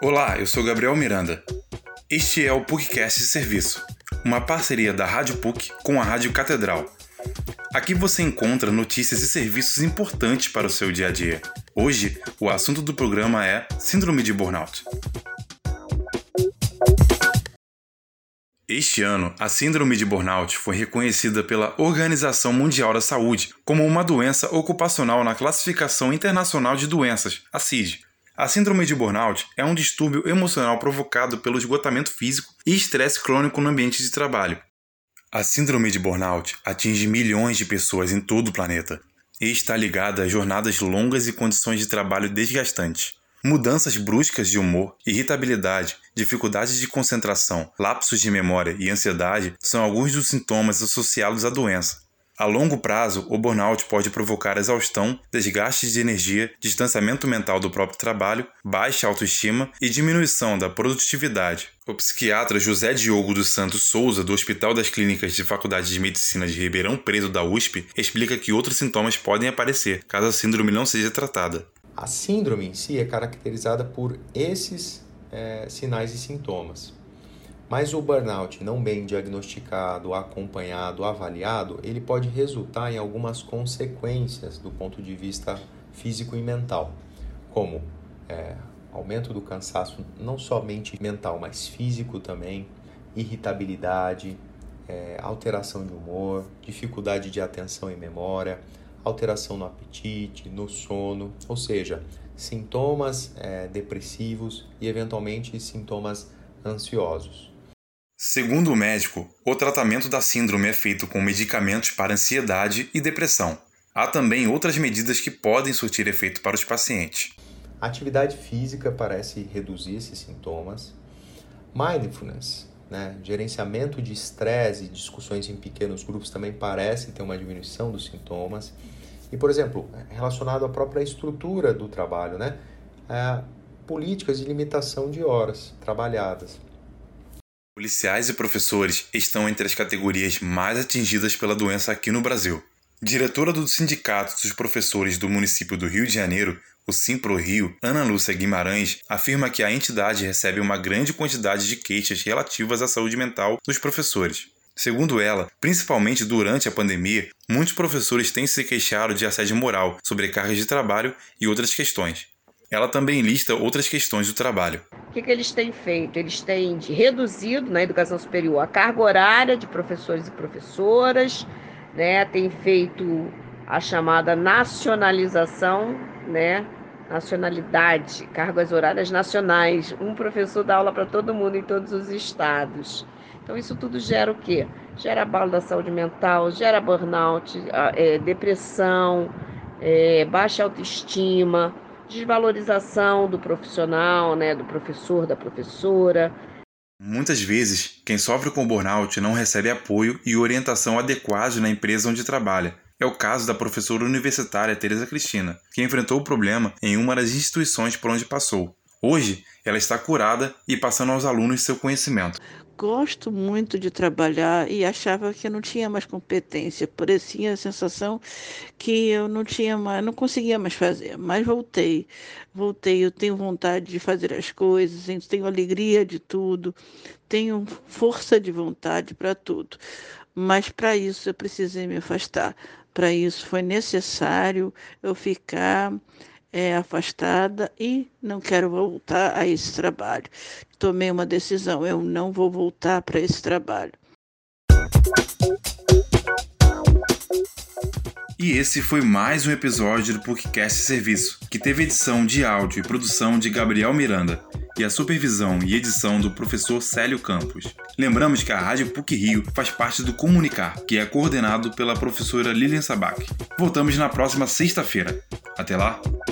Olá, eu sou Gabriel Miranda. Este é o PUCcast Serviço, uma parceria da Rádio PUC com a Rádio Catedral. Aqui você encontra notícias e serviços importantes para o seu dia a dia. Hoje, o assunto do programa é Síndrome de Burnout. Este ano, a Síndrome de Burnout foi reconhecida pela Organização Mundial da Saúde como uma doença ocupacional na Classificação Internacional de Doenças, a CID. A Síndrome de Burnout é um distúrbio emocional provocado pelo esgotamento físico e estresse crônico no ambiente de trabalho. A Síndrome de Burnout atinge milhões de pessoas em todo o planeta e está ligada a jornadas longas e condições de trabalho desgastantes. Mudanças bruscas de humor, irritabilidade, dificuldades de concentração, lapsos de memória e ansiedade são alguns dos sintomas associados à doença. A longo prazo, o burnout pode provocar exaustão, desgaste de energia, distanciamento mental do próprio trabalho, baixa autoestima e diminuição da produtividade. O psiquiatra José Diogo dos Santos Souza, do Hospital das Clínicas de Faculdade de Medicina de Ribeirão Preto da USP, explica que outros sintomas podem aparecer, caso a síndrome não seja tratada. A síndrome em si é caracterizada por esses sinais e sintomas. Mas o burnout não bem diagnosticado, acompanhado, avaliado, ele pode resultar em algumas consequências do ponto de vista físico e mental, como aumento do cansaço, não somente mental, mas físico também, irritabilidade, alteração de humor, dificuldade de atenção e memória, alteração no apetite, no sono, ou seja, sintomas depressivos e eventualmente sintomas ansiosos. Segundo o médico, o tratamento da síndrome é feito com medicamentos para ansiedade e depressão. Há também outras medidas que podem surtir efeito para os pacientes. A atividade física parece reduzir esses sintomas. Mindfulness, gerenciamento de estresse e discussões em pequenos grupos também parece ter uma diminuição dos sintomas. E, por exemplo, relacionado à própria estrutura do trabalho, políticas de limitação de horas trabalhadas. Policiais e professores estão entre as categorias mais atingidas pela doença aqui no Brasil. Diretora do Sindicato dos Professores do município do Rio de Janeiro, o SimproRio, Ana Lúcia Guimarães, afirma que a entidade recebe uma grande quantidade de queixas relativas à saúde mental dos professores. Segundo ela, principalmente durante a pandemia, muitos professores têm se queixado de assédio moral, sobrecargas de trabalho e outras questões. Ela também lista outras questões do trabalho. O que eles têm feito? Eles têm reduzido na educação superior a carga horária de professores e professoras, têm feito a chamada nacionalização, nacionalidade, cargas horárias nacionais. Um professor dá aula para todo mundo em todos os estados. Então isso tudo gera o quê? Gera abalo da saúde mental, gera burnout, depressão, baixa autoestima, desvalorização do profissional, do professor, da professora. Muitas vezes, quem sofre com burnout não recebe apoio e orientação adequados na empresa onde trabalha. É o caso da professora universitária Tereza Cristina, que enfrentou o problema em uma das instituições por onde passou. Hoje, ela está curada e passando aos alunos seu conhecimento. Gosto muito de trabalhar e achava que eu não tinha mais competência. Parecia a sensação que eu não conseguia mais fazer. Mas voltei, eu tenho vontade de fazer as coisas, tenho alegria de tudo, tenho força de vontade para tudo. Mas para isso eu precisei me afastar. Para isso foi necessário eu ficar afastada e não quero voltar a esse trabalho. Tomei uma decisão, eu não vou voltar para esse trabalho. E esse foi mais um episódio do PUCcast Serviço, que teve edição de áudio e produção de Gabriel Miranda e a supervisão e edição do professor Célio Campos. Lembramos que a Rádio PUC Rio faz parte do Comunicar, que é coordenado pela professora Lilian Sabac. Voltamos na próxima sexta-feira. Até lá!